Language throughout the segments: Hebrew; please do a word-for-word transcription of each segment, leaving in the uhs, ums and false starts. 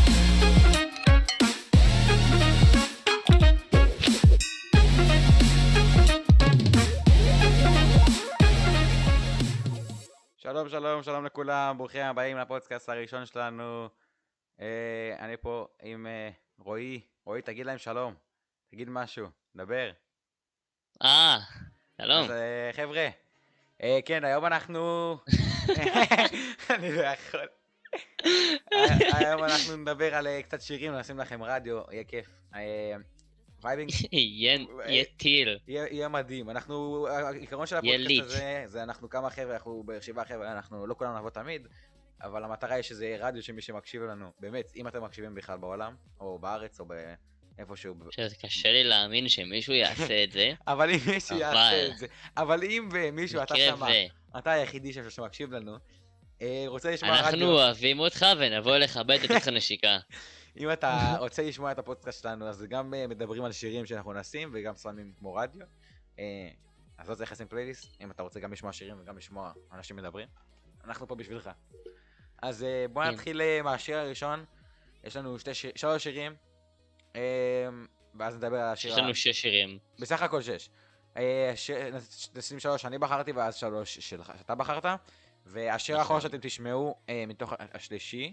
שלום שלום שלום לכולם, ברוכים הבאים לפודקאסט הראשון שלנו. אה, אני פה עם אה, רועי. רועי, תגיד להם שלום, תגיד משהו, דבר. אה, שלום. אז אה, חבר'ה, אה, כן, היום אנחנו... אני לא יכול. היום אנחנו נדבר על אה, קצת שירים, נשים לכם רדיו, יהיה כיף. אה, וייבינג... יהיה טיל. יהיה מדהים. אנחנו, העיקרון של הפודקאסט הזה, זה אנחנו כמה חבר'ה, אנחנו בשבעה חבר'ה, אנחנו לא כולנו נבוא תמיד, אבל המטרה היא שזה יהיה רדיו שמי שמקשיב לנו, באמת, אם אתם מקשיבים בכלל בעולם, או בארץ, או באיפשהו... שזה קשה לי להאמין שמישהו יעשה את זה. אבל אם מישהו יעשה את זה, אבל אם ומישהו, אתה שמה, אתה היחידי שמקשיב לנו, רוצה לשמוע רדיו... אנחנו אוהבים אותך ונבוא לכבד את אותך נשיקה. אם אתה רוצה לשמוע את הפודקאסט שלנו, אז גם מדברים על שירים שאנחנו נשים, וגם שמים כמו רדיו. אז לא צריך לשים פלייליסט, אם אתה רוצה גם לשמוע שירים וגם לשמוע אנשים מדברים. אנחנו פה בשבילך. אז בוא נתחיל מהשיר הראשון. יש לנו שלוש שירים, ואז נדבר על השיר... יש לנו שש שירים. בסך הכל שש. נשים שלוש שאני בחרתי, ואז שלוש שלך שאתה בחרת. והשיר האחרון שאתם תשמעו מתוך השלישי,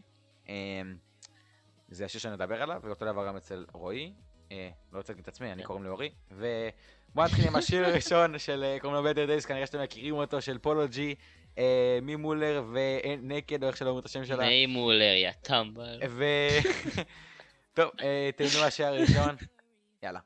זה השיר שאני אדבר עליו, ואותו דבר גם אצל רועי, אה, לא רוצה להגיד את עצמי, אני קוראים לאורי, ובוא נתחיל עם השיר הראשון של קוראים לו Better Days, כנראה שאתם מכירים אותו, של פולו ג'י, אה, מי מולר ונקד, או איך שלא אומרים את השם שלה. מי מולר, יא טמבל. ו... טוב, אה, תהנו השיר הראשון, יאללה.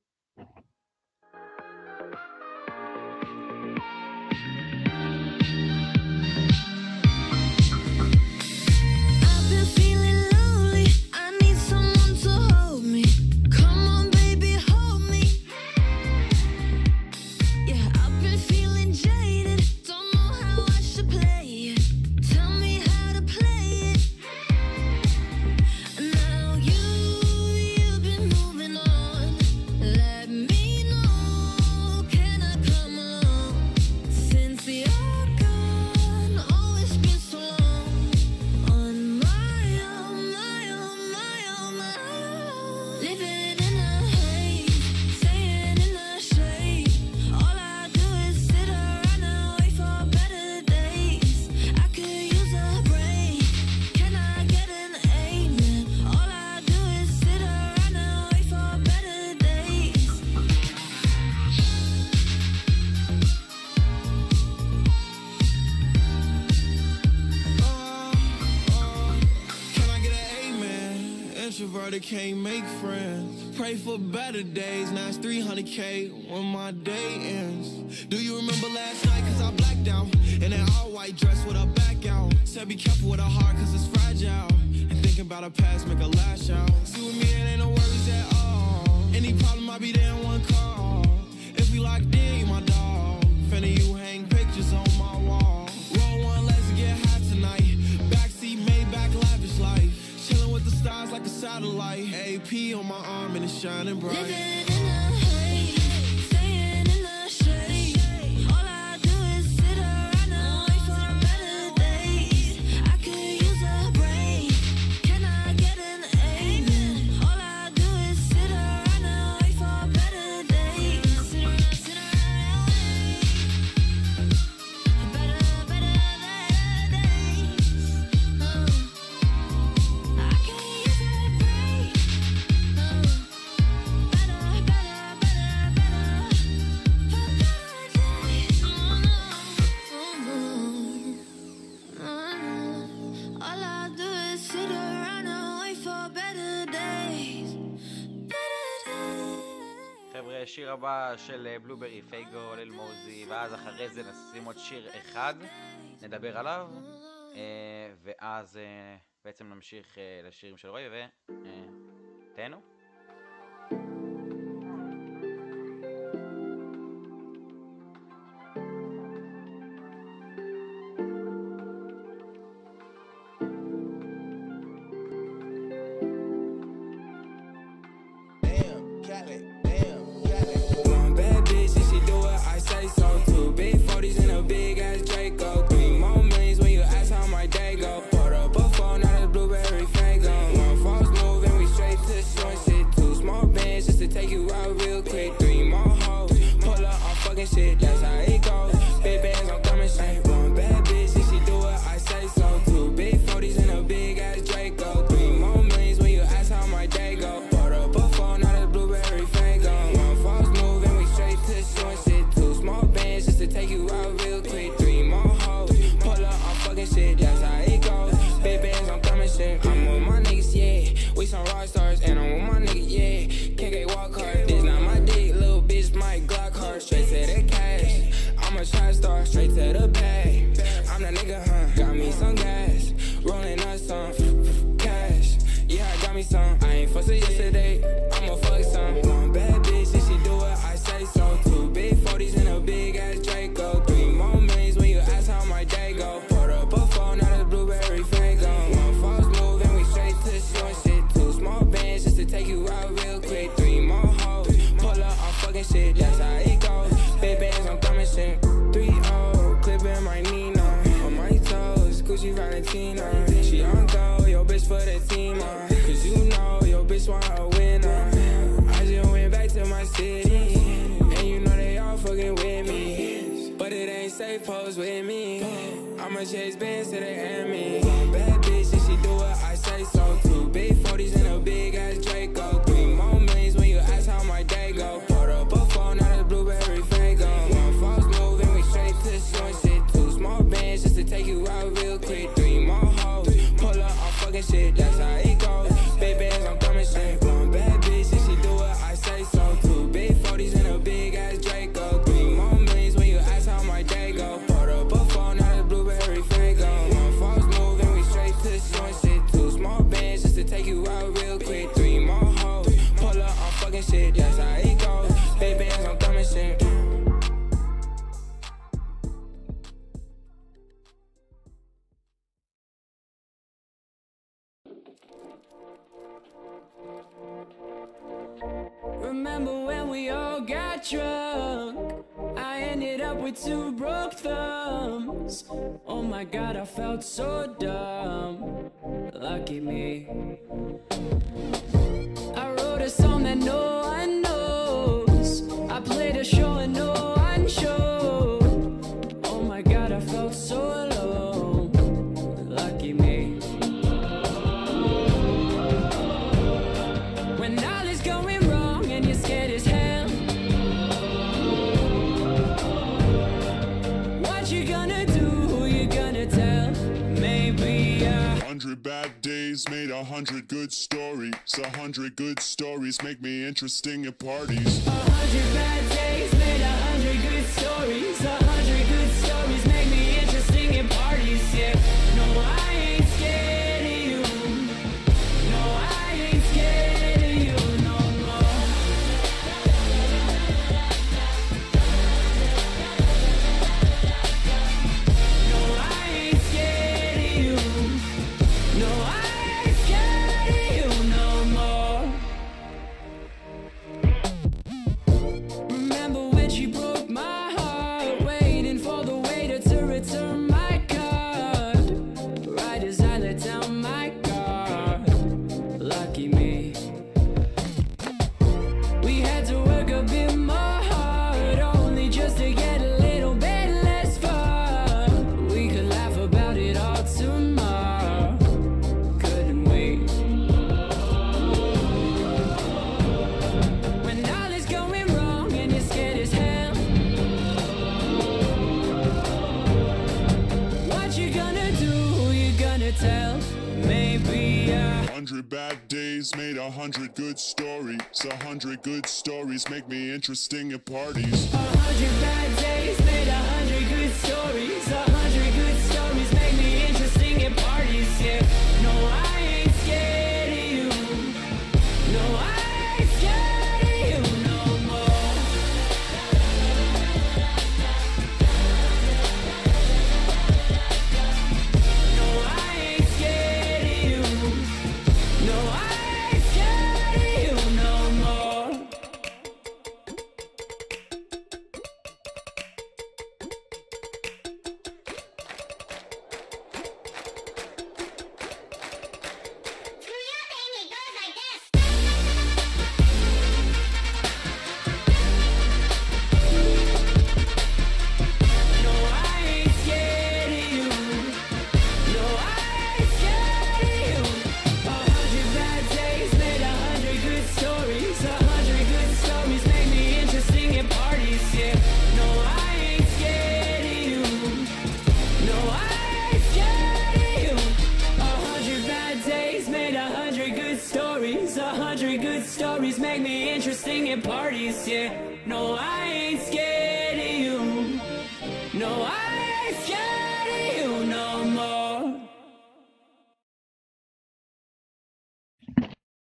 Can't make friends. Pray for better days. Now it's three hundred K when my day ends. Do you remember last night? Cause I blacked out in an all white dress with a back out. Said be careful with a heart cause it's fragile. And thinking about a past make a lash out. See with me it ain't no worries at all. Any problem I'll be there in one call. If we locked in, you my dog. Finna you hang pictures on my wall. Roll one, let's get high tonight. Backseat made back lavish life. Chilling with the stars like a satellite. A P on my arm and it's shining bright. Living in the haze, staying in the shade. All I do is sit around and wait for better days. I could use a break. Can I get an amen? All I do is sit around and wait for better days. Sit around, sit around and wait. Better, better days. Oh. I can't use a break. Oh. Better, better, better, better. For better days. Oh, no. Oh, oh. All I do is sit around and wait for better days. Better days. חבר'ה, שיר הבא של בלוברי, פייגו, ליל מוזי, ואז אחרי זה נשים עוד שיר אחד, נדבר עליו, אה, ואז אה, בעצם נמשיך אה, לשירים של רועי, ותהנו. One bad bitch, if she do it, I say so. Two big forties and a big ass Draco. Three more millions when you ask how my day go. Put up a phone, now that's Blueberry Fango. One false me some. I ain't fussing yesterday, I'ma fuck some. One bad bitch, if she do it, I say so. Two big forties and a big ass Draco. Three more millions when you ask how my day go. Put up a phone, now the blueberry Fago. One false move and we straight to the short shit. Two small bands just to take you out real quick. Three more hoes, pull up, I'm fucking shit, that's how it goes. Big bands, I'm coming shit. Three oh, clipping my Nina. On my toes, Gucci Valentina. She on go, yo bitch for the team, uh. Cause you know, yo bitch want a winner. I just went back to my city, and you know they all fucking with me. But it ain't safe, pose with me. I'ma chase bands to the enemy. One bad bitch, if she do it, I say so. Two big forties and a big ass Draco. Three more millions when you ask how my day go. Put up a phone, now the blueberry Fago. One false move and we straight to the short shit. Two small bands just to take you out real quick. Three more hoes, pull up, I'm fucking shit, that's how it goes. Big bands, I'm coming shit. One bad bitch, if she do it, I say so. Two big forties and a big ass Draco. Three more millions when you ask how my day go. Put up a phone, now the blueberry Fago. One false move and we straight to the short shit. Two small bands just to take you out real quick. Three more hoes, pull up, I'm fucking shit, that's how it goes. Big bands, I'm coming shit. Remember when we all got drunk? I ended up with two broke thumbs. Oh my god, I felt so dumb. Lucky me. I wrote a song that no one knows. I played a show and no one showed. Oh my god, I felt so alone. Lucky me. When all is going wrong and you're scared as hell, what you gonna do, who you gonna tell? Maybe uh Hundred bad days made a hundred good stories. A hundred good stories make me interesting at parties. A hundred bad days made a hundred good stories. A hundred good stories make me interesting at parties, yeah. No, I ain't scared of you. No, I ain't scared of you no more. No, I ain't scared of you. No, I ain't scared of you no more. Remember when she broke my heart, waiting for the waiter to return my card, right as I let down my guard. Lucky me. We had to work a bit more hard, only just to get a little bit less fun. We could laugh about it all tomorrow, couldn't we? When all is going wrong and you're scared as hell, what you gonna do, who you gonna tell? Maybe uh Hundred bad days made a hundred good stories. A hundred good stories make me interesting at parties. A hundred bad days made a hundred good stories. A hundred good stories make me interesting at parties, yeah. No, I ain't scared of you. No, I ain't scared of you no more. No, I ain't scared of you. No, I ain't scared of you no more. No, I ain't scared of you. No, I ain't scared of you. A hundred bad days made a hundred good stories. A hundred good stories make me interesting at parties, yeah. No, I ain't scared of you. No, I ain't scared of you. A hundred bad days made a hundred good stories. A hundred good stories make me interesting at parties, yeah. No, I ain't scared of you. No, I ain't scared of you no more.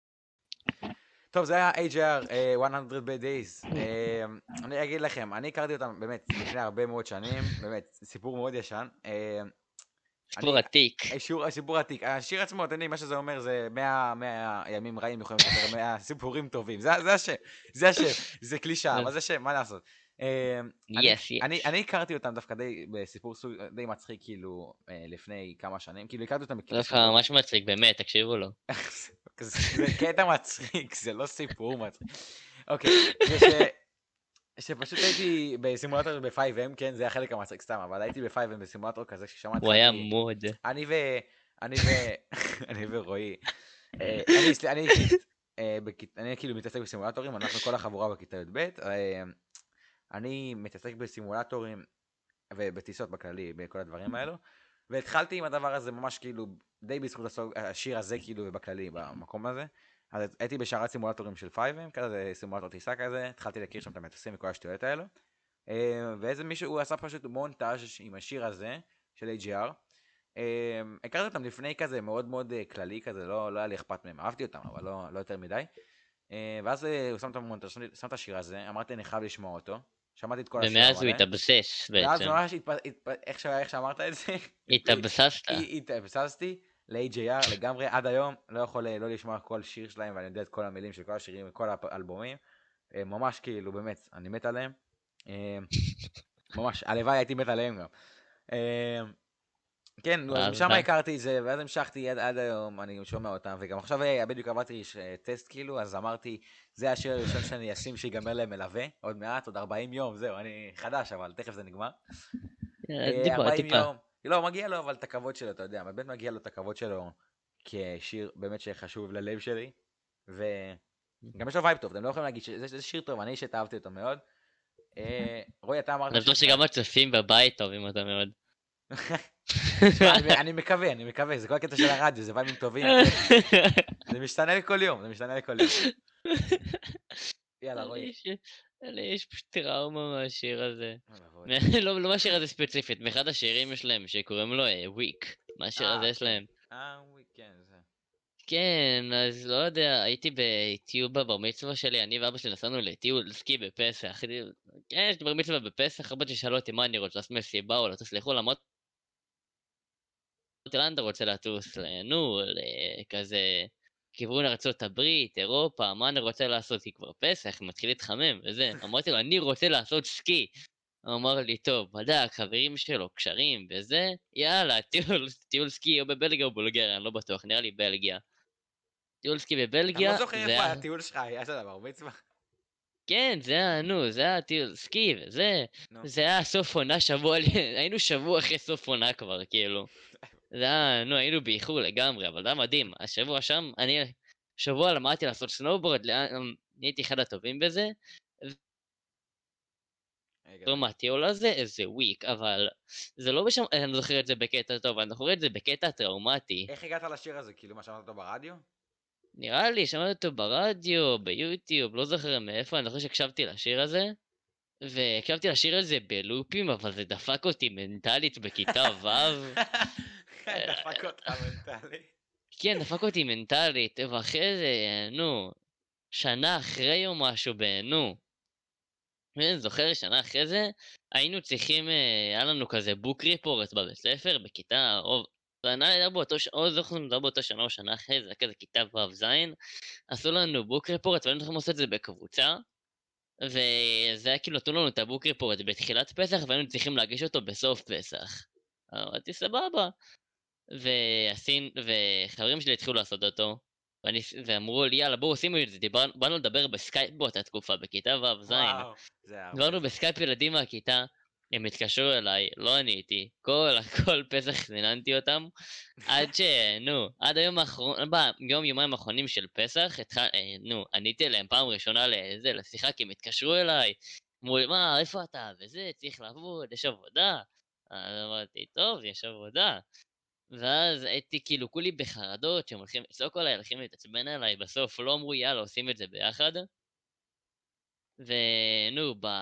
טוב, זה היה איי ג'י אר, אה, מאה Bad Days. אה, אני אגיד לכם, אני הכרתי אותם באמת לפני הרבה מאוד שנים, באמת, סיפור מאוד ישן. אה, סיפור אני- עתיק. השיעור, הסיפור עתיק, השיר עצמו, אתם יודעים, מה שזה אומר זה מאה, מאה ימים רעים יכולים לספר מאה סיפורים טובים, זה, זה השם, זה השם, זה קלישה, מה זה שם, מה לעשות. אה, אני- Yes, yes. אני, אני הכרתי אותם דווקא די, בסיפור סוג, די מצחיק, כאילו, אה, לפני כמה שנים, כאילו הכרתי אותם בכלי דווקא ממש מצחיק, באמת, תקשיבו לו. זה זה קטע מצחיק, זה לא סיפור מצחיק. אוקיי, זה ש... שפשוט הייתי בסימולטור ב-פייב אם, כן, זה החלק המצחיק סתם, אבל הייתי ב-פייב אם בסימולטור כזה ששמעתי... הוא היה מוד. אני ו... אני ו... אני ורועי. אה, אני, סל- אני אישית, אה, בכית- אני כאילו מתעסק בסימולטורים, אנחנו כל החבורה בכיתה י"ב. אה, אני מתעסק בסימולטורים ובטיסות בכללי, בכל הדברים האלו. והתחלתי עם הדבר הזה ממש כאילו, די בזכות הסוג- השיר הזה כאילו, ובכללי, במקום הזה. אז הייתי בשערת סימולטורים של פייב אם, כזה סימולטור טיסה כזה, התחלתי להכיר שם את המטוסים וכל השטויות האלו. אה, ואיזה מישהו, הוא עשה פשוט מונטאז' עם השיר הזה, של איי ג'י אר. אה, הכרתי אותם לפני כזה, מאוד מאוד אה, כללי כזה, לא, לא היה לי אכפת מהם, אהבתי אותם, אבל לא, לא יותר מדי. אה, ואז אה, הוא שם את המונטאז', שם את השיר הזה, אמרתי אני חייב לשמוע אותו. שמעתי את כל השיר ומאז הוא המלא. התאבסס ואז בעצם. ממש התפ... התפ... איך, ש... איך שאמרת את זה, התאבססת. התאבססתי ל-איי ג'י אר לגמרי, עד היום לא יכול אה, לא לשמוע כל שיר שלהם, ואני יודע את כל המילים של כל השירים וכל האלבומים, אה, ממש כאילו, באמת, אני מת עליהם, אה, ממש, הלוואי הייתי מת עליהם גם. אה, כן, נו, אז אז משם מה? הכרתי את זה, ואז המשכתי עד, עד היום, אני שומע אותם, וגם עכשיו אה, בדיוק עברתי ש- טסט כאילו, אז אמרתי, זה השיר הראשון שאני אשים שיגמר להם מלווה, עוד מעט, עוד ארבעים יום, זהו, אני חדש, אבל תכף זה נגמר. אה, טיפה, ארבעים טיפה. יום, לא, מגיע לו אבל את הכבוד שלו, אתה יודע, באמת מגיע לו את הכבוד שלו כשיר באמת שחשוב ללב שלי, וגם יש לו וייב טוב, אתם לא יכולים להגיד שזה זה שיר טוב, אני אישית אהבתי אותו מאוד. אה, רועי, אתה אמרת... אני בטוח שלך- שגם הצופים בבית אוהבים אותה מאוד. תשמע, אני- אני מקווה, אני מקווה, זה כל הקטע של הרדיו, זה וייבים טובים, זה משתנה לכל יום, זה משתנה לכל יום. יאללה, רועי. יש- לי יש פשוט טראומה מהשיר הזה. אוי ואבוי. לא לא מהשיר הזה ספציפית, מאחד השירים יש להם שקוראים לו וויק. מהשיר אה, הזה יש להם. אה, וואי, כן, זה... כן, אז לא יודע, הייתי בטיול בבר מצווה שלי, אני ואבא שלי נסענו לטיול סקי בפסח. כן, יש לי בר מצווה בפסח, אבא שלי שאלו אותי מה אני רוצה, לעשות מסיבה או לטוס לחו"ל, אמרתי, לאן אתה רוצה לטוס? נו, כזה, כיוון ארצות הברית, אירופה, מה אני רוצה לעשות? כי כבר פסח, מתחיל להתחמם וזה. אמרתי לו, אני רוצה לעשות סקי. הוא אמר לי, טוב, בדק, חברים שלו, קשרים וזה, יאללה, טיול, טיול סקי או בבלגיה או בולגריה, אני לא בטוח, נראה לי בלגיה. טיול סקי אני בבלגיה, לא זוכר זה איפה היה... הטיול שלך היה של הבר מצווה. כן, זה היה, נו, זה היה טיול סקי וזה, נו. זה היה סוף עונה שבוע, היינו שבוע אחרי סוף עונה כבר, כאילו. זה היה, נו, היינו באיחור לגמרי, אבל זה היה מדהים. השבוע שם, אני, שבוע למדתי לעשות סנובורד, נהייתי אחד הטובים בזה, רגע, לא מהטיול הזה, איזה וויק, אבל זה לא בשם, אני זוכר את זה בקטע טוב, אני זוכר את זה בקטע טראומטי. איך הגעת לשיר הזה? כאילו מה, שמעת אותו ברדיו? נראה לי, שמעתי אותו ברדיו, ביוטיוב, לא זוכר מאיפה, אני זוכר שהקשבתי לשיר הזה, והקשבתי לשיר הזה בלופים, אבל זה דפק אותי מנטלית בכיתה ו'. דפק אותך מנטלי. כן, דפק אותי מנטלית, ואחרי זה, נו, שנה אחרי או משהו, ב- נו. אני זוכר, שנה אחרי זה, היינו צריכים, אה, היה לנו כזה בוק ריפורט בבית ספר, בכיתה, או... זה היה באותו, ש- או זוכר אם זה היה באותו שנה או שנה אחרי, זה היה כזה כיתה ו'-ז', עשו לנו בוק ריפורט, והיינו צריכים לעשות את זה בקבוצה, וזה היה כאילו, נתנו לנו את הבוק ריפורט בתחילת פסח, והיינו צריכים להגיש אותו בסוף פסח. אמרתי, סבבה. ועשין, וחברים שלי התחילו לעשות אותו, ואני, ואמרו לי, יאללה, בואו עושים את זה, דיבר, באנו לדבר בסקייפ באותה תקופה, בכיתה ו'-ז', וואו, זה היה... דיברנו בסקייפ ילדים מהכיתה, הם התקשרו אליי, לא עניתי, כל, כל פסח זיננתי אותם, עד ש... נו, עד היום האחרון, ביום יומיים האחרונים של פסח, התחל, אה, נו, עניתי להם פעם ראשונה לזה, לשיחה, כי הם התקשרו אליי, אמרו לי, מה, איפה אתה, וזה, צריך לעבוד, יש עבודה. אז אמרתי, טוב, יש עבודה. ואז הייתי כאילו כולי בחרדות שהם הולכים לצעוק עליי, הולכים להתעצבן עליי, בסוף לא אמרו יאללה עושים את זה ביחד. ונו, ב...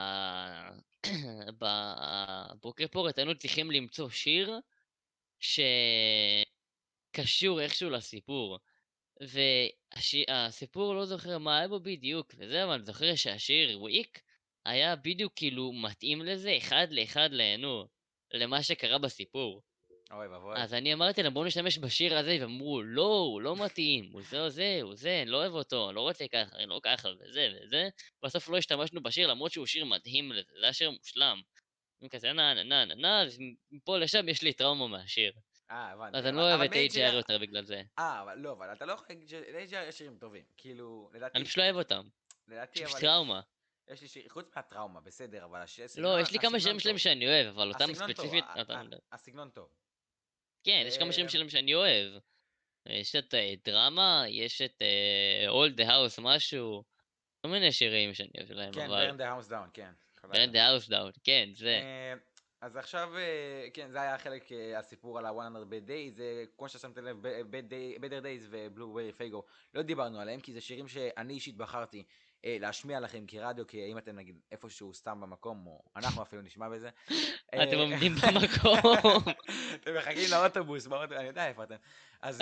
בבוק ריפורט היינו צריכים למצוא שיר שקשור איכשהו לסיפור. והסיפור לא זוכר מה היה בו בדיוק וזה, אבל אני זוכר שהשיר וויק היה בדיוק כאילו מתאים לזה אחד לאחד לנו, למה שקרה בסיפור. אוי ואבוי. אז אני אמרתי להם בואו נשתמש בשיר הזה, ואמרו לא, הוא לא מתאים, הוא זה או זה, הוא זה, אני לא אוהב אותו, אני לא רוצה ככה, אני לא ככה וזה וזה. בסוף לא השתמשנו בשיר למרות שהוא שיר מדהים לזה, זה היה שיר מושלם. אני כזה נה נה נה נה נה, אז מפה לשם יש לי טראומה מהשיר. אה, הבנתי. אז אני אבל- לא אוהב אבל את מייג' איי ג'י אר יותר בגלל זה. אה, אבל לא, אבל אתה לא יכול להגיד ש-איי ג'י אר יש שירים טובים. כאילו, לדעתי... אני פשוט לא אוהב אותם, לדעתי, פשוט אבל... טראומה. יש לי שיר... חוץ מהטראומה, בסדר, אבל השיר... לא, יש לי כמה שירים שלהם שאני אוהב, אבל אותם הסגנון טוב, ספציפית... ה- אותם ה- לא. הסגנון טוב. כן, יש כמה שירים אה, שלהם שאני אוהב. יש את אה, דרמה, יש את אה, All the House משהו, כל מיני שירים שאני אוהב להם, כן, אבל... burn the house down, כן. burn the house down, כן, זה. אה, אז עכשיו, אה, כן, זה היה חלק, אה, הסיפור על ה-one hundred bad days, זה כמו ששמתם לב, ב- bad day- better days ו-blueberry faygo, לא דיברנו עליהם, כי זה שירים שאני אישית בחרתי אה, להשמיע לכם כרדיו, כי אם אתם נגיד איפשהו סתם במקום, או אנחנו אפילו נשמע בזה. אה, אתם עומדים במקום. אתם מחכים לאוטובוס, באוטו- אני יודע איפה אתם. אז...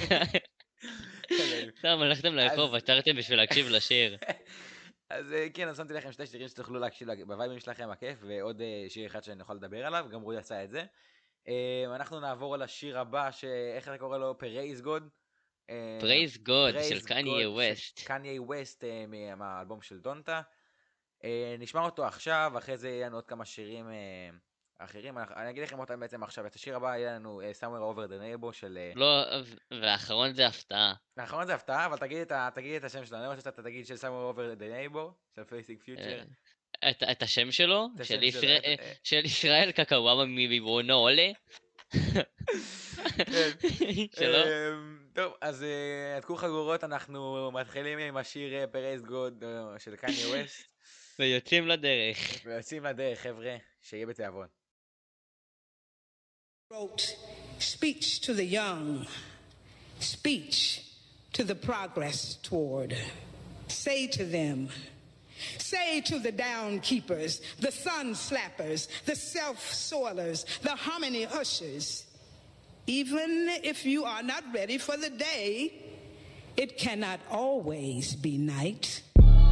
סתם, הלכתם לרחוב, אז- עצרתם בשביל להקשיב לשיר. אז אה, כן, אז שמתי לכם שתי שירים שתוכלו להקשיב לה- בווייבים שלכם הכיף, ועוד אה, שיר אחד שאני יכול לדבר עליו, גם רועי עשה את זה. אה, אנחנו נעבור על השיר הבא, שאיך אתה קורא לו? Praise God. אה, Praise God Praise של קניה God ווסט. קניה ווסט אה, מה- מהאלבום של דונטה. אה, נשמע אותו עכשיו, אחרי זה יהיה לנו עוד כמה שירים אה, אחרים. אנחנו- אני אגיד לכם אותם בעצם עכשיו. את השיר הבא יהיה לנו אה, Somewhere Over the Rainbow של... אה, לא, והאחרון זה הפתעה. האחרון זה הפתעה, אבל תגיד את ה- תגיד את השם שלו. אני רוצה שאתה תגיד של Somewhere Over the Rainbow, של Facing Future. את, את השם שלו? את השם של, שלו, ישראל, את- אה. של ישראל קקאוומה מברונו עולה? כן. שלו? אמ, טוב, אז אה, עדכו חגורות, אנחנו מתחילים עם השיר אה, Praise God אה, של קניה ווסט, ויוצאים לדרך. ויוצאים לדרך, חבר'ה, שיהיה בתיאבון. wrote speech to the young, speech to the progress toward. Say to them, say to the down keepers, the sun slappers, the self-soilers, the harmony ushers, even if you are not ready for the day, it cannot always be night.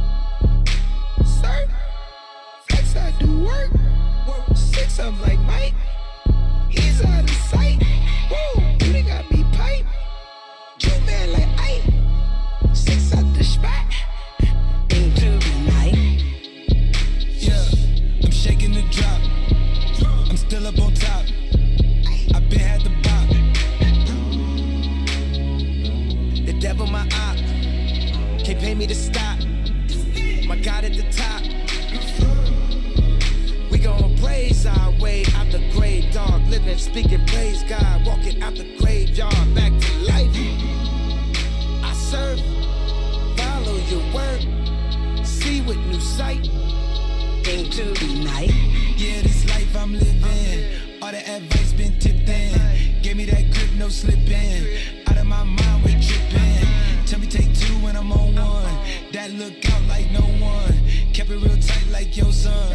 Sir, flex I do work. Work six I'm like Mike. He's out of sight. Whoa, you done got me pipe. You man like Ike. Six out the spot. Into the night. Yeah, I'm shaking the drop. I'm still up on top. I been had the bop. The devil my op. Can't pay me to stop. My God at the top. We gon' praise our way out the grave, dog. Living, speaking, praise God. Walking out the graveyard, back to life. I serve, follow your word. See with new sight. Into the night. Yeah, this life I'm living. All the advice been tipped in. Gave me that grip, no slipping. Out of my mind, we're tripping. Tell me take two when I'm on one. That look out like no one. Kept it real tight like your son.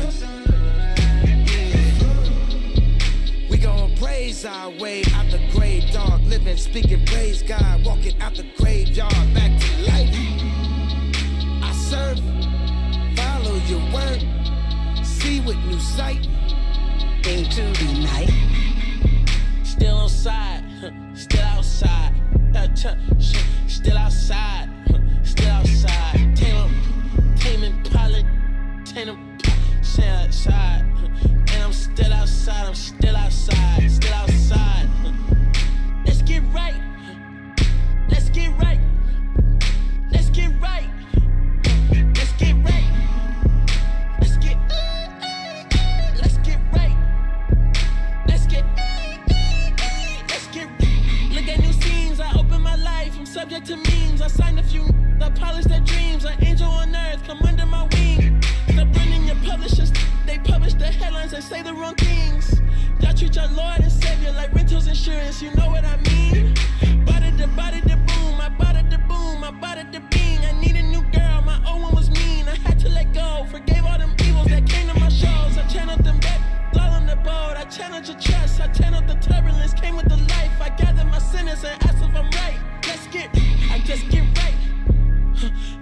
We gon' praise our way out the grave, dog. Living, speaking, praise God. Walking out the graveyard, back to life. I serve, follow your word. See with new sight. Into the night. Still on side, huh, still outside. Uh, t- sh- Still outside, huh, still outside. Tame 'em, tame Impala, tame 'em, stay outside. huh, And I'm still outside, I'm still outside, still outside. huh. Let's get right, huh, let's get right, let's get right, let's get right, let's get, let's get right. Let's get, let's get, look at new scenes. I open my life, I'm subject to memes. I signed a few, I polish their dreams. An angel on earth, come under my wing. Stop running your publishers, they publish the headlines and say the wrong things. Y'all treat your Lord and Savior like rentals insurance, you know what I mean? Bought it, the bought it, the boom, I bought it, the boom, I bought it, the bing. I need a new girl, my old one was mean. I had to let go, forgave all them evils that came to my shows. I channeled them back. All on the boat, I channeled your trust, I channeled the turbulence, came with the life. I gathered my sinners and asked if I'm right. Let's get, I just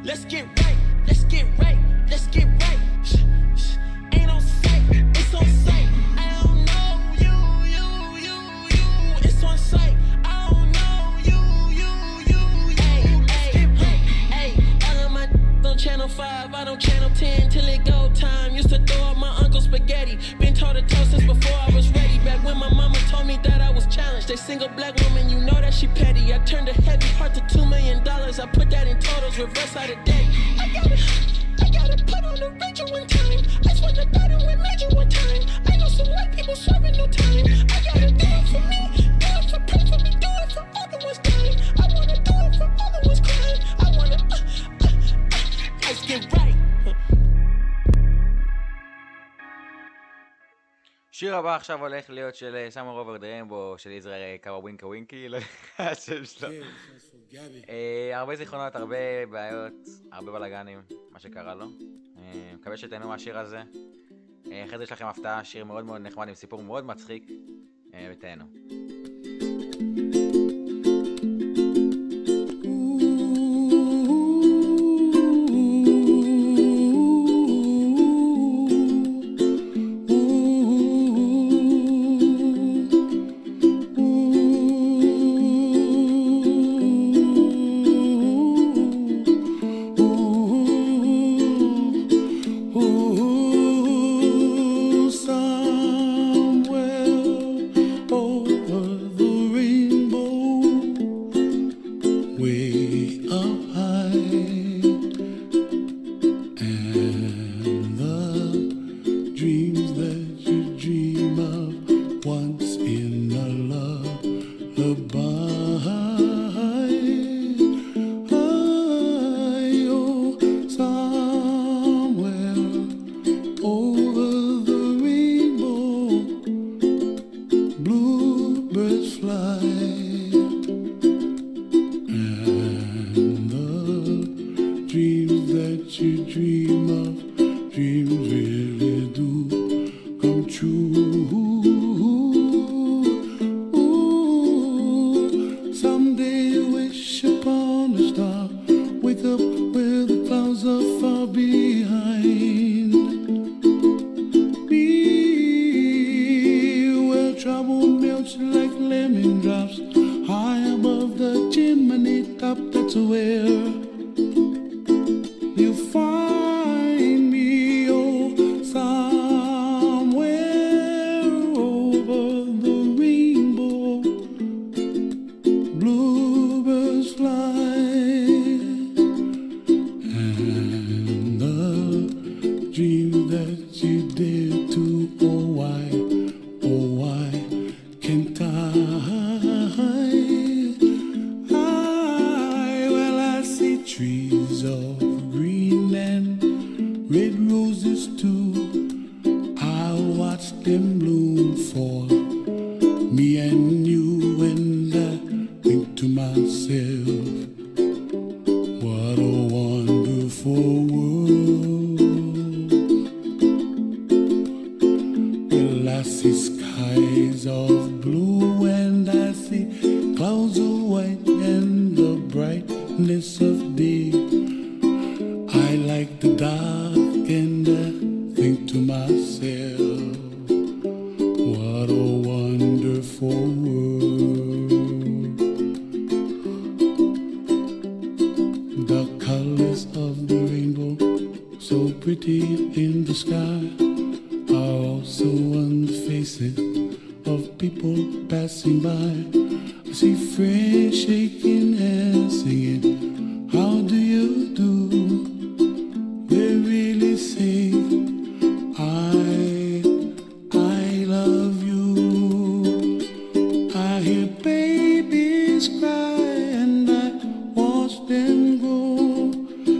Let's get right, let's get right, let's get right. Ain't on sight, it's on sight. I don't know you, you, you, you. It's on sight. I don't know you, you, you, you. Hey, hey, hey, hey. All of my on channel five, I don't channel ten till it go time. Used to throw up my uncle's spaghetti. Been taught to toe since before I was ready. Back when my mama told me that I was challenged. They single black woman, you know that she petty. I turned a heavy heart to two million dollars. I put that in totals, reverse out of day. I gotta, I gotta put on the ranger one time. I swung the battle with major one time. I know some white people serving no time. I gotta do it for me, do it for pray for me, do it for all the ones dying. I wanna do it for all the ones crying. I wanna, uh, uh, uh, let's get right. שיר הבא עכשיו הולך להיות של סאמר אובר דה ריימבו של יזרעאל קוואווינקה ווינקי, לא יודע השם שלו. הרבה זיכרונות, הרבה בעיות, הרבה בלאגנים, מה שקרה לו. מקווה שתהנו מהשיר הזה. אחרי זה יש לכם הפתעה, שיר מאוד מאוד נחמד עם סיפור מאוד מצחיק, ותהנו.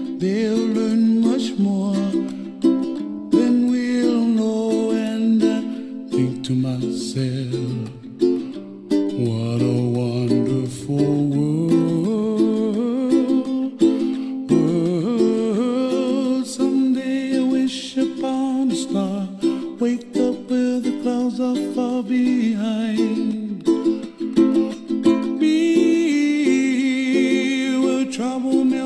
They'll learn much more than we'll know, and uh,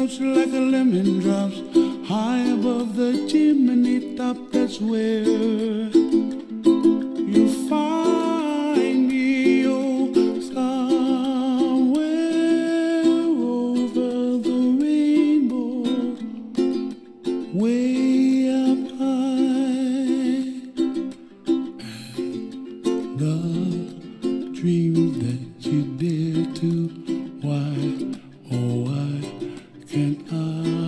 melts like a lemon drops high above the chimney top. That's where you find me, oh, somewhere over the rainbow, way up high. The dreams that you dare to, why, oh why can't I,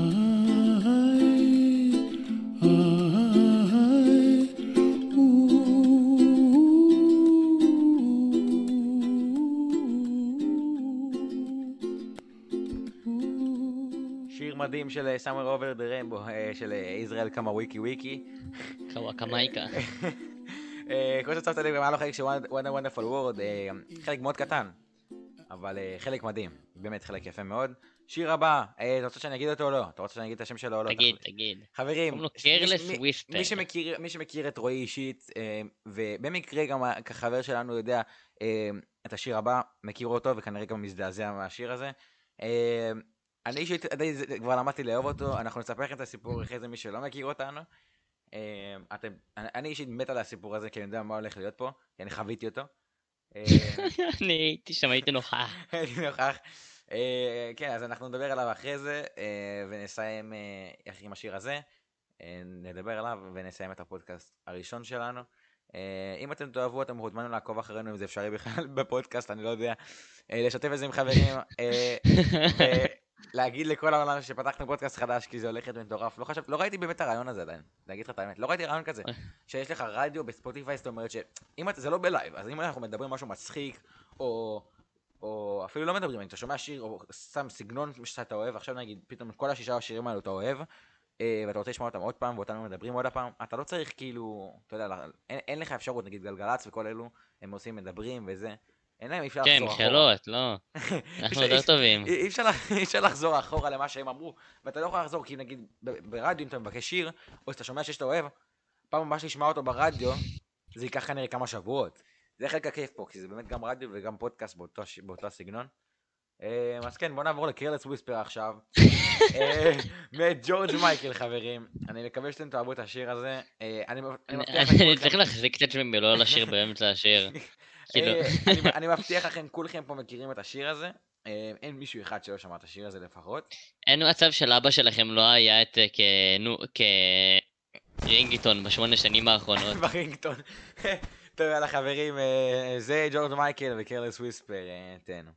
I, שיר מדהים של Somewhere Over the Rainbow של ישראל כמה וויקי וויקי. קמייקה. כמו שצפת לי, היה לו חלק של What a Wonderful World, חלק מאוד קטן, אבל חלק מדהים, באמת חלק יפה מאוד. שיר הבא, אתה רוצה שאני אגיד אותו או לא? אתה רוצה שאני אגיד את השם שלו או לא? תגיד, תגיד. חברים, Careless Whisper. מי שמכיר את רועי אישית, ובמקרה גם כחבר שלנו יודע את השיר הבא, מכיר אותו וכנראה גם מזדעזע מהשיר הזה. אני אישית כבר למדתי לאהוב אותו, אנחנו נספר לכם את הסיפור אחרי זה מי שלא מכיר אותנו. אתם, אני אישית מת על הסיפור הזה כי אני יודע מה הולך להיות פה, כי אני חוויתי אותו. אני הייתי שם, הייתי נוכח. הייתי נוכח. כן, אז אנחנו נדבר עליו אחרי זה, ונסיים עם השיר הזה, נדבר עליו ונסיים את הפודקאסט הראשון שלנו. אם אתם תאהבו, אתם מוזמנים לעקוב אחרינו, אם זה אפשרי בכלל בפודקאסט, אני לא יודע, לשתף את זה עם חברים, להגיד לכל העולם שפתחנו פודקאסט חדש, כי זה הולך להיות מטורף. לא חשב, לא ראיתי באמת הרעיון הזה עדיין, להגיד לך את האמת, לא ראיתי רעיון כזה, שיש לך רדיו בספוטיפיי, זאת אומרת שאם זה לא בלייב, אז אם אנחנו מדברים משהו מצחיק, או או אפילו לא מדברים, אם אתה שומע שיר, או שם סגנון שאתה אוהב, עכשיו נגיד, פתאום כל השישה השירים האלו אתה אוהב, ואתה רוצה לשמוע אותם עוד פעם, ואותנו מדברים עוד פעם, אתה לא צריך כאילו, אתה יודע, אין, אין לך אפשרות, נגיד גלגלץ וכל אלו, הם עושים מדברים וזה, אין להם, אי אפשר כן, לחזור שאלות, לא. אנחנו יותר טובים. אי אפשר, אי אפשר לחזור אחורה למה שהם אמרו, ואתה לא יכול לחזור, כי נגיד, ברדיו, אם אתה מבקש שיר, או שאתה שומע שיש אתה אוהב, פעם הבאה שתשמע אותו ברדיו, זה ייקח כנראה כמה שבועות. זה חלק הכיף פה, כי זה באמת גם רדיו וגם פודקאסט באותו, באותו הסגנון. אז כן, בוא נעבור ל-Careless Whisper עכשיו. מג'ורג' מייקל, חברים. אני מקווה שאתם תאהבו את השיר הזה. אני צריך להחזיק קצת ולא לשיר באמצע השיר. אני מבטיח לכם, כולכם פה מכירים את השיר הזה. אין מישהו אחד שלא שמע את השיר הזה לפחות. אין מצב של אבא שלכם לא היה את כרינגיטון בשמונה שנים האחרונות. ברינגיטון. טוב, יאללה חברים, זה ג'ורג' מייקל ו-Careless Whisper, תהנו.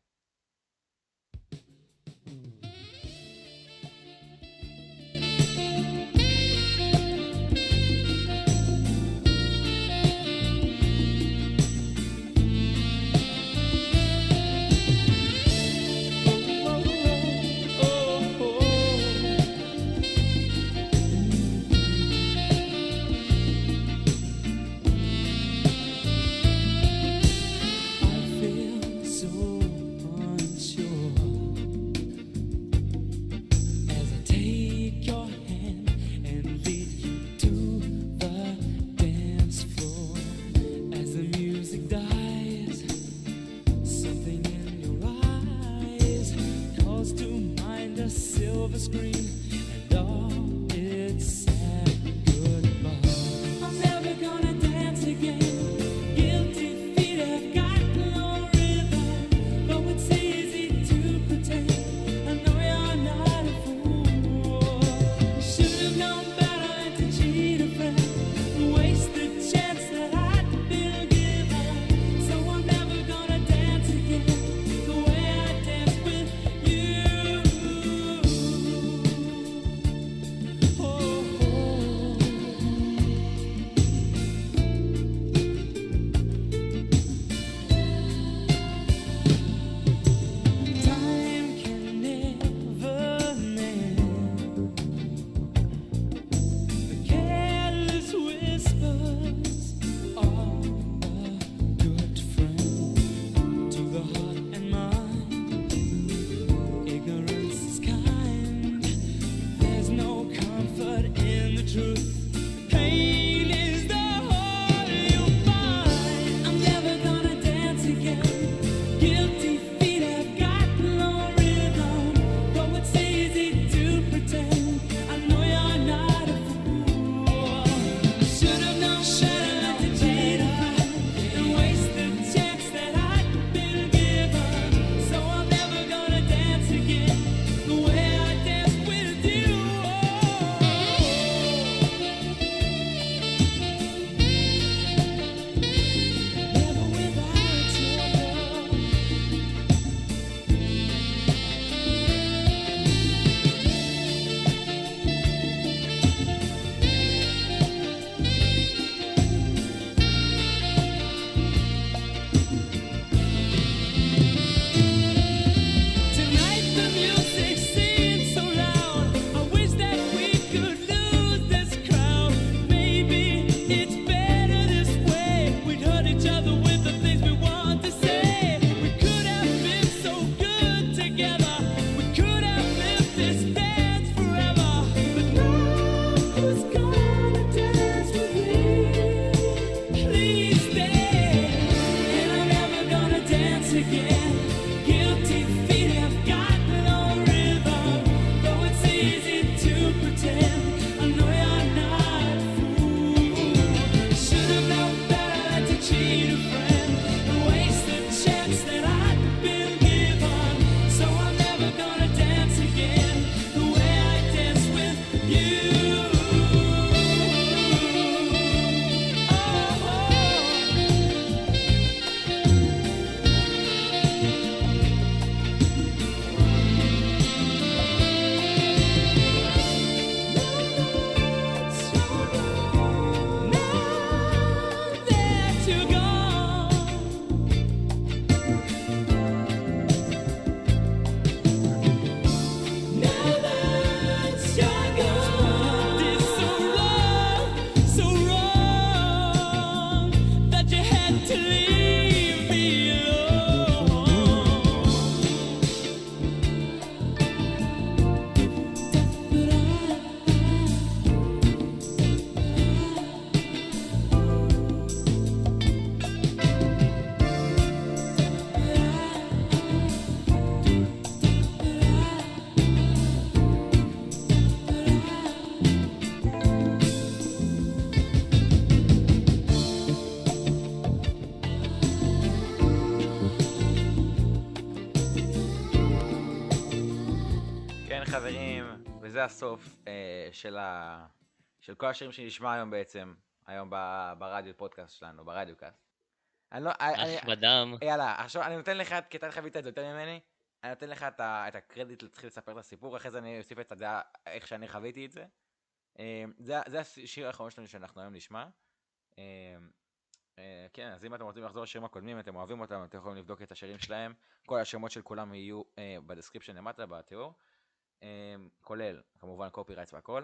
never gonna dance again the way I dance with you. כן חברים, וזה הסוף אה, של, ה... של כל השירים שנשמע היום בעצם, היום ב... ברדיו פודקאסט שלנו, ברדיו קאסט. אני לא... אני... אח בדם. יאללה, עכשיו אני נותן לך, כי אתה חווית את זה יותר ממני, אני נותן לך את, ה... את הקרדיט להתחיל לספר את הסיפור, אחרי זה אני אוסיף את זה איך שאני חוויתי את זה. אה, זה, זה השיר האחרון שלנו שאנחנו היום נשמע. אה, אה, כן, אז אם אתם רוצים לחזור לשירים הקודמים, אתם אוהבים אותם, אתם יכולים לבדוק את השירים שלהם, כל השמות של כולם יהיו אה, בדסקריפשן למטה, בתיאור. כולל כמובן קופירייטס והכל.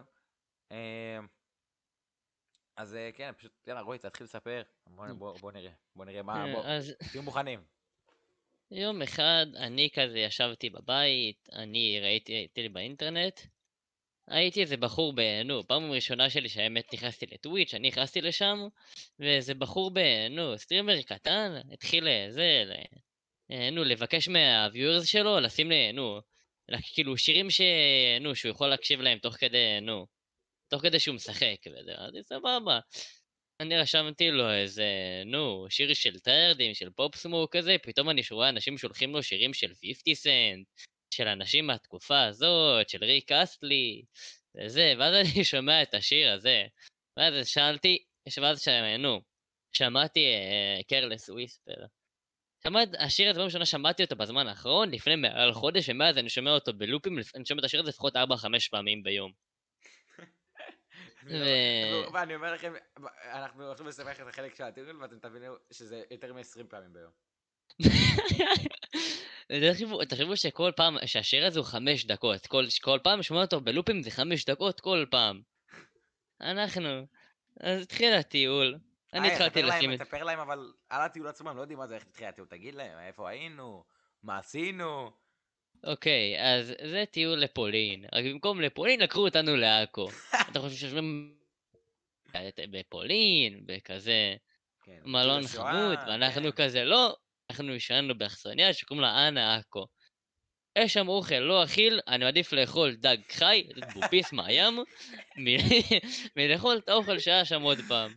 אז כן, פשוט יאללה רועי, תתחיל לספר, בוא נראה, בוא נראה מה, בוא, תהיו מוכנים. יום אחד אני כזה ישבתי בבית, אני ראיתי, הייתי לי באינטרנט, הייתי איזה בחור ב... נו, פעם ראשונה שלי שהאמת נכנסתי לטוויץ', אני נכנסתי לשם, ואיזה בחור ב... נו, סטרימר קטן, התחיל זה, נו, לבקש מהוויורס שלו, לשים לי, נו, כאילו שירים ש... נו, שהוא יכול להקשיב להם תוך כדי, נו, תוך כדי שהוא משחק, וזה, אז סבבה. אני רשמתי לו איזה, נו, שיר של טרדים, של פופ סמוק כזה, פתאום אני רואה אנשים שולחים לו שירים של חמישים סנט, של אנשים מהתקופה הזאת, של ריק אסטלי, וזה, ואז אני שומע את השיר הזה, ואז שאלתי, ואז נו, שמעתי קרלס וויספר. שמעת, השיר הזה בראשונה שמעתי אותו בזמן האחרון, לפני מעל חודש, ומאז אני שומע אותו בלופים, אני שומע את השיר הזה לפחות ארבע חמש פעמים ביום. ואני אומר לכם, אנחנו הולכים לספח את החלק של הטיול, ואתם תבינו שזה יותר מ-עשרים פעמים ביום. תחשבו שכל פעם, שהשיר הזה הוא חמש דקות, כל פעם שומע אותו בלופים זה חמש דקות כל פעם. אנחנו, אז התחיל הטיול. אני התחלתי לשים את... תספר להם, אבל על הטיול עצמם, לא יודעים מה זה, איך תתחיל הטיול, תגיד להם, איפה היינו, מה עשינו. אוקיי, אז זה טיול לפולין, רק במקום לפולין לקחו אותנו לעכו. אתה חושב שיושבים בפולין, בכזה מלון חמוד, ואנחנו כזה לא, אנחנו ישנו באכסניה שקוראים לה אנה עכו. יש שם אוכל לא אכיל, אני מעדיף לאכול דג חי, בופיס מהים, מלאכול את האוכל שהיה שם עוד פעם.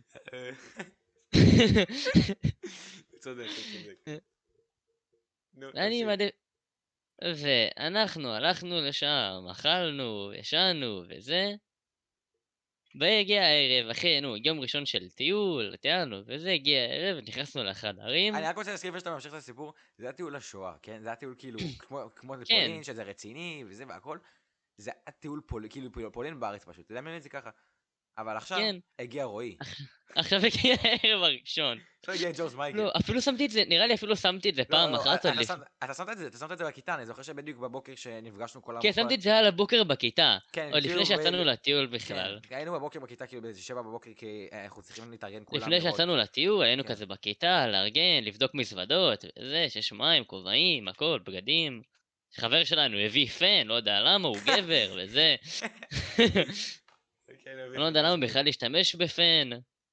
צודק, צודק. אני מעדיף... ואנחנו הלכנו לשם, אכלנו, ישנו וזה. והגיע הערב, אחרי, נו, יום ראשון של טיול, טיילנו, וזה הגיע הערב, נכנסנו לאחד הערים. אני רק רוצה להזכיר שאתה ממשיך את הסיפור, זה היה טיול לשואה, כן? זה היה טיול כאילו, כמו לפולין, שזה רציני וזה והכל. זה היה טיול כאילו פולין בארץ פשוט, אתה יודע מי זה ככה? אבל עכשיו הגיע רועי. עכשיו הגיע הערב הראשון. עכשיו הגיע ג'ורס מייקל. לא, אפילו שמתי את זה, נראה לי אפילו שמתי את זה פעם אחת. אתה שמת את זה, אתה שמת את זה בכיתה, אני זוכר שבדיוק בבוקר שנפגשנו כל... כן, שמתי את זה על הבוקר בכיתה, עוד לפני שיצאנו לטיול בכלל. היינו בבוקר בכיתה, כאילו באיזה שבע בבוקר, כי אנחנו צריכים להתארגן כולם. לפני שיצאנו לטיול, היינו כזה בכיתה, לארגן, לבדוק מזוודות, וזה, שיש מים, כובעים, הכל, בגדים. חבר שלנו הביא פן, לא יודע למה, הוא גבר, וזה. לא יודע למה בכלל להשתמש בפן.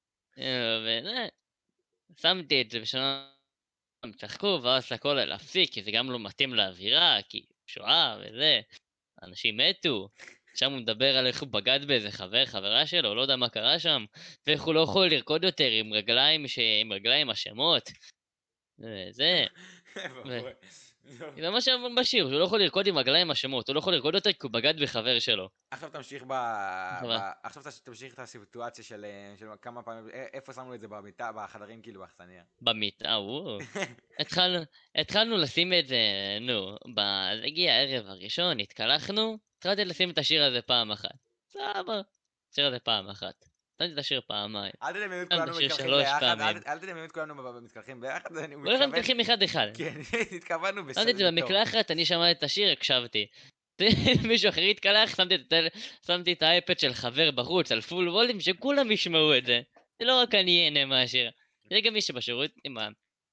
שמתי את זה בשנה צחקו, ואז הכל להפסיק, כי זה גם לא מתאים לאווירה, כי שואה וזה, אנשים מתו. שם הוא מדבר על איך הוא בגד באיזה חבר, חברה שלו, לא יודע מה קרה שם, ואיך הוא לא יכול לרקוד יותר עם רגליים, עם רגליים אשמות. וזה. זה מה שאמר בשיר, שהוא לא יכול לרקוד עם רגליים אשמות, הוא לא יכול לרקוד יותר כי הוא בגד בחבר שלו. עכשיו תמשיך ב... אבל- ב... עכשיו תש- תמשיך את הסיטואציה של של כמה פעמים, א- איפה שמנו את זה במיטה, בחדרים כאילו באכסניה. במיטה, וואו. התחלנו, התחלנו לשים את זה, נו, ב... הגיע הערב הראשון, התקלחנו, התחלתי לשים את השיר הזה פעם אחת. סבבה, השיר הזה פעם אחת. שמתי את השיר פעמיים. אל תדמיינו את שמתי כולנו את השיר מתקלחים שלוש ביחד, אל פעמים. אל תדמיינו את כולנו מתקלחים ביחד, אני כולם מתכוון... מתקלחים אחד אחד. כן, התכוונו בסדר. שמתי את זה במקלחת, אני שמעתי את השיר, הקשבתי. מישהו אחר התקלח, שמתי את הטל- שמתי את האייפד של חבר בחוץ על פול ווליום, שכולם ישמעו את זה. זה לא רק אני אהנה מהשיר. זה גם מי שבשירות עם ה...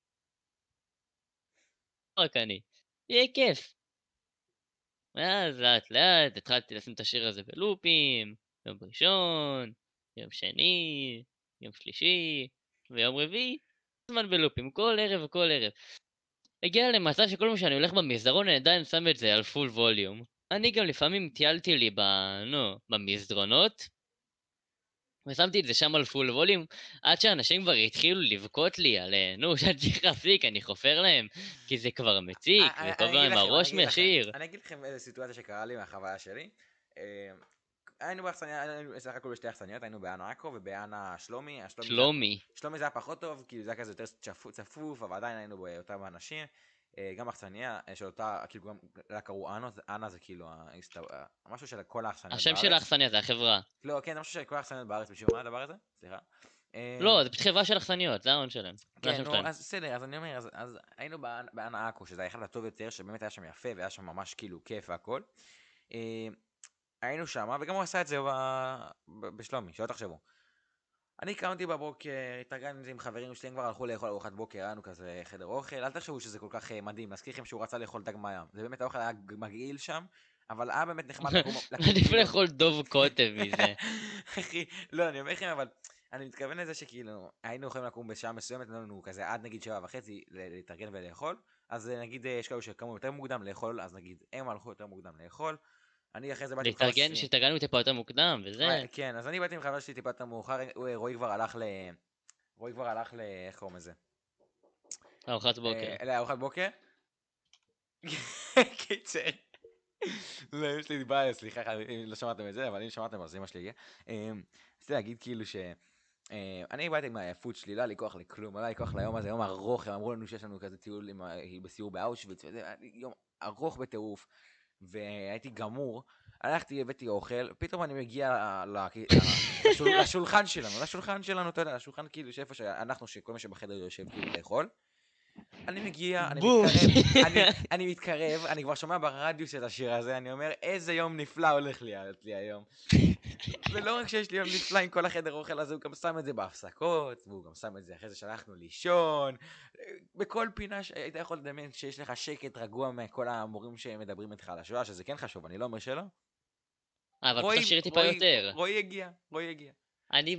לא רק אני. יהיה כיף. ואז לאט לאט התחלתי לשים את השיר הזה בלופים, יום ראשון, יום שני, יום שלישי, ויום רביעי, זמן בלופים, כל ערב וכל ערב. הגיע למצב שכל פעם שאני הולך במסדרון אני עדיין שם את זה על פול ווליום. אני גם לפעמים טיילתי לי ב... נו, במסדרונות, ושמתי את זה שם על פול ווליום, עד שאנשים כבר התחילו לבכות לי על, אה, נו, שאני צריך להפסיק, אני חופר להם, כי זה כבר מציק, אני- וטוב אני אגיד להם לכם, הראש אני אגיד לכם, מהשיר. אני אגיד לכם איזה סיטואציה שקרה לי מהחוויה שלי. אה, היינו באכסניה, היינו סך הכל בשתי אכסניות, היינו באנה עכו ובאנה שלומי. השלומי זה- שלומי. שלומי זה היה פחות טוב, כאילו זה היה כזה יותר צפוף, צפוף, אבל עדיין היינו באותם אנשים. אה, גם אכסניה אה, של אותה, כאילו גם לה קראו אנו, זה- אנה זה כאילו ההסת- ה- משהו של כל האכסניות השם של האכסניה זה החברה. לא, כן, זה משהו של כל האכסניות בארץ, בשביל מה הדבר הזה? סליחה. אה, לא, זה פשוט חברה של אכסניות, זה ההון שלהם. זה כן, השם נו, שלהם. אז בסדר, אז אני אומר, אז, אז היינו באנ- באנה עכו, שזה האחד הטוב יותר, שבאמת היה שם יפה, והיה שם ממש כאילו כיף והכל. אה, היינו שם, וגם הוא עשה את זה ב, ב, בשלומי, שלא תחשבו. אני קמתי בבוקר, התארגנתי עם חברים שלי, הם כבר הלכו לאכול ארוחת בוקר, היה לנו כזה חדר אוכל, אל תחשבו שזה כל כך אה, מדהים, להזכיר לכם שהוא רצה לאכול דג מים. זה באמת האוכל היה ג- מגעיל שם, אבל היה באמת נחמד לקום... לקום עדיף פתאום. לאכול דוב קוטב מזה. אחי, לא, אני אומר לכם, אבל אני מתכוון לזה שכאילו, היינו יכולים לקום בשעה מסוימת, לנו כזה עד נגיד שבע וחצי ל- להתארגן ולאכול, אז אה, נגיד אה, יש כאלו שקמו יותר מוקדם לאכול, אז נגיד הם הלכו יותר מוקדם לאכול, אני אחרי זה באתי עם חבר להתארגן, שלי- שהתארגנו טיפה יותר מוקדם, וזה. אה, כן, אז אני באתי עם חבר שלי טיפה יותר מאוחר, הוא- רועי כבר הלך ל... רועי כבר הלך ל... איך קוראים לזה? ארוחת בוקר. אה, לארוחת בוקר? קיצר. לא, אמא שלי דיברה, סליחה, אם לא שמעתם את זה, אבל אם שמעתם אז אמא שלי הגיעה. אה, רציתי להגיד כאילו ש... אה, אני באתי עם העייפות שלי, לא היה לי כוח לכלום, לא היה לי כוח ליום הזה, יום ארוך, הם אמרו לנו שיש לנו כזה טיול עם ה- בסיור באושוויץ, וזה היה לי יום ארוך בטירוף, והייתי גמור, הלכתי, הבאתי אוכל, פתאום אני מגיע ל- ל- לשול- לשולחן שלנו, לשולחן שלנו, אתה יודע, לשולחן כאילו שאיפה שאנחנו, שכל מי שבחדר יושב כאילו לאכול, אני מגיע, אני בום. מתקרב, אני, אני מתקרב, אני כבר שומע ברדיוס את השיר הזה, אני אומר, איזה יום נפלא הולך להיות לי היום. ולא רק שיש לי יום נפלא עם כל החדר אוכל הזה, הוא גם שם את זה בהפסקות, והוא גם שם את זה אחרי זה שהלכנו לישון. בכל פינה שהיית יכול לדמיין שיש לך שקט רגוע מכל המורים שמדברים איתך על השואה, שזה כן חשוב, אני לא אומר שלא. אבל רועי- פשוט שיר טיפה רועי- יותר. רועי הגיע, רועי הגיע. אני ב...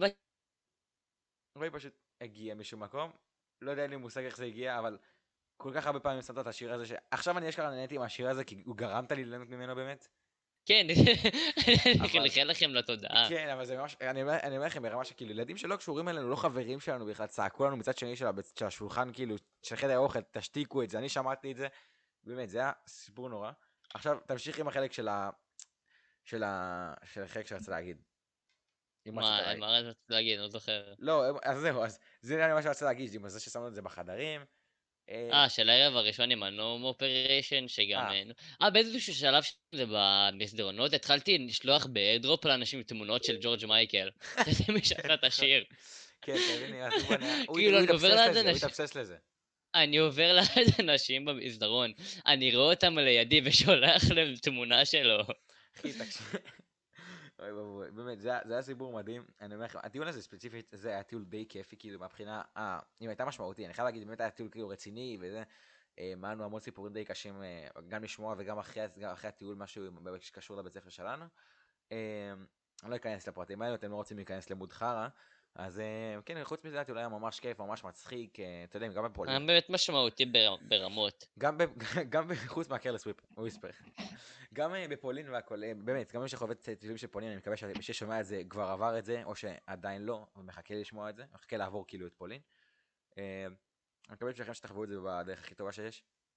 רועי פשוט הגיע משום מקום, לא יודע אין לי מושג איך זה הגיע, אבל כל כך הרבה פעמים שמת את השיר הזה, שעכשיו אני אשכרה נהניתי מהשיר הזה, כי הוא גרמת לי ליהנות ממנו באמת. כן, אבל- חלחל לכם לתודעה. כן, אבל זה ממש, אני אומר אני אומר לכם ברמה שכאילו, ילדים שלא קשורים אלינו, לא חברים שלנו בכלל, צעקו לנו מצד שני של הבית- של השולחן, כאילו, של חדר האוכל, תשתיקו את זה, אני שמעתי את זה, באמת, זה היה סיפור נורא. עכשיו, תמשיך עם החלק של ה... של ה... של החלק שרצה להגיד. עם מה מה, שאתה ראית. מה רציתי להגיד, אני לא זוכר. לא, אז זהו, אז זה נראה לי מה שרצה להגיד, עם זה ששמנו את זה בחדרים. אה, של הערב הראשון עם הנום אופריישן, שגם... אה. אה, נו- אה, באיזשהו שלב שזה במסדרונות, התחלתי לשלוח באדרופ לאנשים תמונות של ג'ורג' מייקל. זה מי שעשה את השיר. כן, תביני, אז הוא בנה- הוא- כאילו, הוא אני עובר התאבסס ליד לזה, הוא אנשים- התאבסס לזה. אני עובר ליד אנשים במסדרון, אני רואה אותם לידי ושולח להם תמונה שלו. אחי, תקשיב. אוי ואבוי, באמת, זה היה- זה היה סיפור מדהים, אני אומר לכם, הטיול הזה ספציפית, זה היה טיול די כיפי, כאילו, מהבחינה, אה, אם הייתה משמעותי, אני חייב להגיד, באמת היה טיול כאילו רציני, וזה, אה, היה לנו המון סיפורים די קשים, אה, גם לשמוע וגם אחרי, גם אחרי הטיול, משהו שקשור לבית ספר שלנו. אה, אני לא אכנס לפרטים האלו, אתם לא רוצים להיכנס למוד חרא, אז אה, כן, חוץ מזה הטיול היה ממש כיף, ממש מצחיק, אה, אתה יודע, גם היה בפולין. באמת משמעותי בר- ברמות. גם, ב, גם ב, חוץ מהקרלס וויספר, גם אה, בפולין והכל, אה, באמת, גם מי שחווה את הטיולים של פולין, אני מקווה שמי ששומע את זה כבר עבר את זה, או שעדיין לא, ומחכה לשמוע את זה, מחכה לעבור כאילו את פולין. אה, אני מקווה שלכם שתחוו את זה בדרך הכי טובה שיש.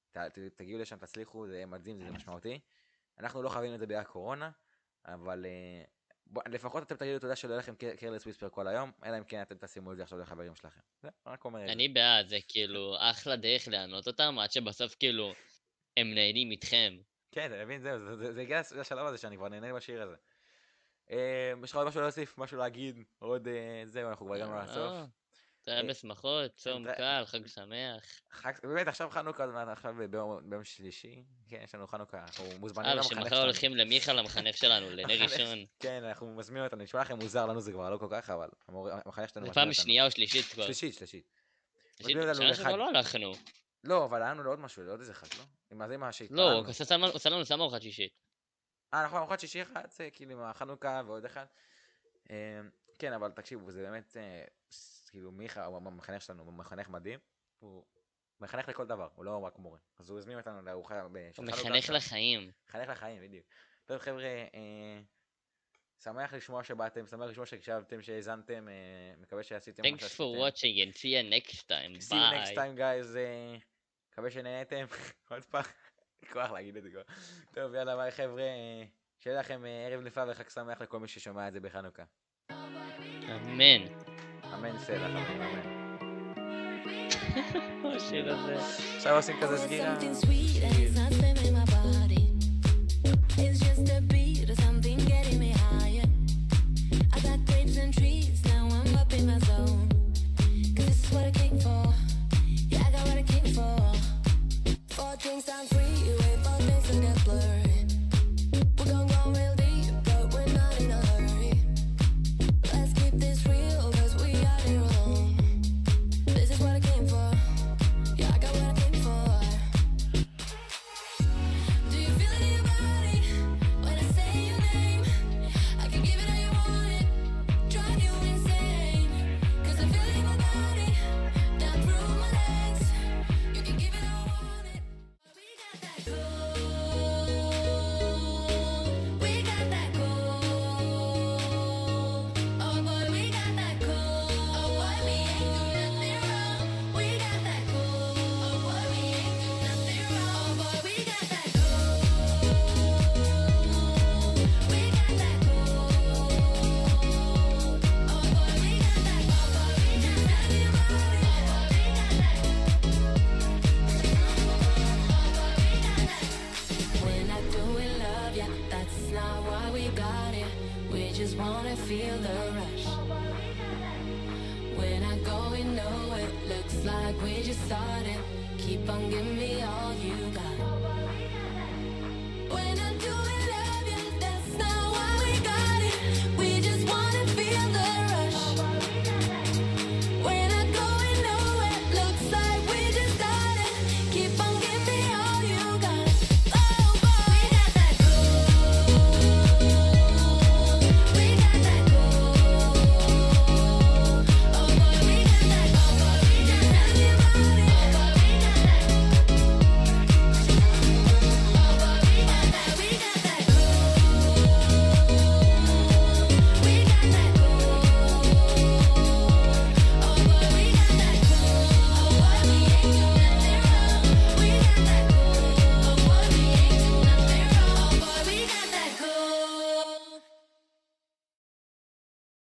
ת- ת- תגיעו לשם, תצליחו, זה מדהים, זה משמעותי. אנחנו לא חווים את זה בגלל הקורונה, אבל אה, בוא, לפחות אתם תגידו תודה שלא יהיה לכם קרלס וויספר כל היום, אלא אם כן אתם תשימו את זה עכשיו לחברים שלכם. זה, רק אומר את זה. אני בעד, זה כאילו אחלה דרך לענות אותם, עד שבסוף כאילו הם נהנים איתכם. כן, אתה מבין, זהו, זה- זה זה הגיע לשלב הזה שאני כבר נהנה בשיר הזה. אה, יש לך עוד משהו להוסיף, משהו להגיד, עוד אה, זהו, אנחנו כבר הגענו אה, לסוף. תראה אה, בשמחות, צום תראה- קל, חג שמח. חג, באמת, עכשיו חנוכה, עוד מעט, עכשיו ביום ביום שלישי, כן, יש לנו חנוכה, אנחנו מוזמנים אה, למחנך ושמחר שלנו. הולכים למיכל המחנך שלנו, לנר המחנך- ראשון. כן, אנחנו מזמינים אותנו, נשמע לכם מוזר, לנו זה כבר לא כל כך, אבל המור- המחנך שלנו זה מזמין פעם אותנו. שנייה או שלישית כבר. שלישית, שלישית. שלישית, מזמין אותנו שנה לחג. שעברה לא הלכנו. לא, אבל היה לנו לעוד משהו, לעוד איזה חג, לא? עם הזה מה שהתפעלנו. לא, הוא עשה שם- הוא עשה לנו סתם ארוחת שישית. אה, נכון, ארוחת שישי אחד, זה כאילו עם החנוכה ועוד אחד. אה, כן, אבל תקשיבו, זה באמת, אה, ס- כאילו מיכה, הוא המחנך שלנו, הוא מחנך מדהים. הוא מחנך לכל דבר, הוא לא רק מורה. אז הוא הזמין אותנו לארוחה ב- של הוא חנוכה מחנך עכשיו. לחיים. מחנך לחיים, בדיוק. טוב חבר'ה, אה, שמח לשמוע שבאתם, שמח לשמוע שהקשבתם, שהאזנתם, אה, מקווה שעשיתם Thanks for watching and see you next time. See you next Bye. time guys, אה, מקווה שנהנתם, עוד פעם, כוח להגיד את זה כבר. טוב יאללה ביי חבר'ה, אה, שיהיה לכם אה, ערב נפלא וחג שמח לכל מי ששומע את זה בחנוכה. אמן. אמן סלע חברים, אמן. השיר הזה. עכשיו עושים כזה סגירה. Something sweet and it's not spamming my body. It's just a beat or something getting me higher. I got grapes and trees, now I'm up in my zone. Cause this is what I came for. Yeah, I got what I came for. Four drinks on three, wait for things to get blurry. We're gonna go real deep, but we're not in a hurry. Let's keep this real, cause we are here alone. This is what I came for. Yeah, I got what I came for. Do you feel it in your body when I say your name? I can give it how you want it, drive you insane. Cause I feel it in my body, down through my legs. You can give it how I want it. We got that gold. We got that gold. Oh boy, we got that gold. Oh boy, we ain't do nothing wrong. We got that gold. Oh boy, we ain't do nothing wrong. Oh boy, we got that gold. We got that gold. Oh boy, we got that gold. Oh boy, we got that We're not doing love, yeah, that's not why we got it. We just wanna feel the rush. We're not going nowhere, looks like we just started. Keep on giving me all you got. We're not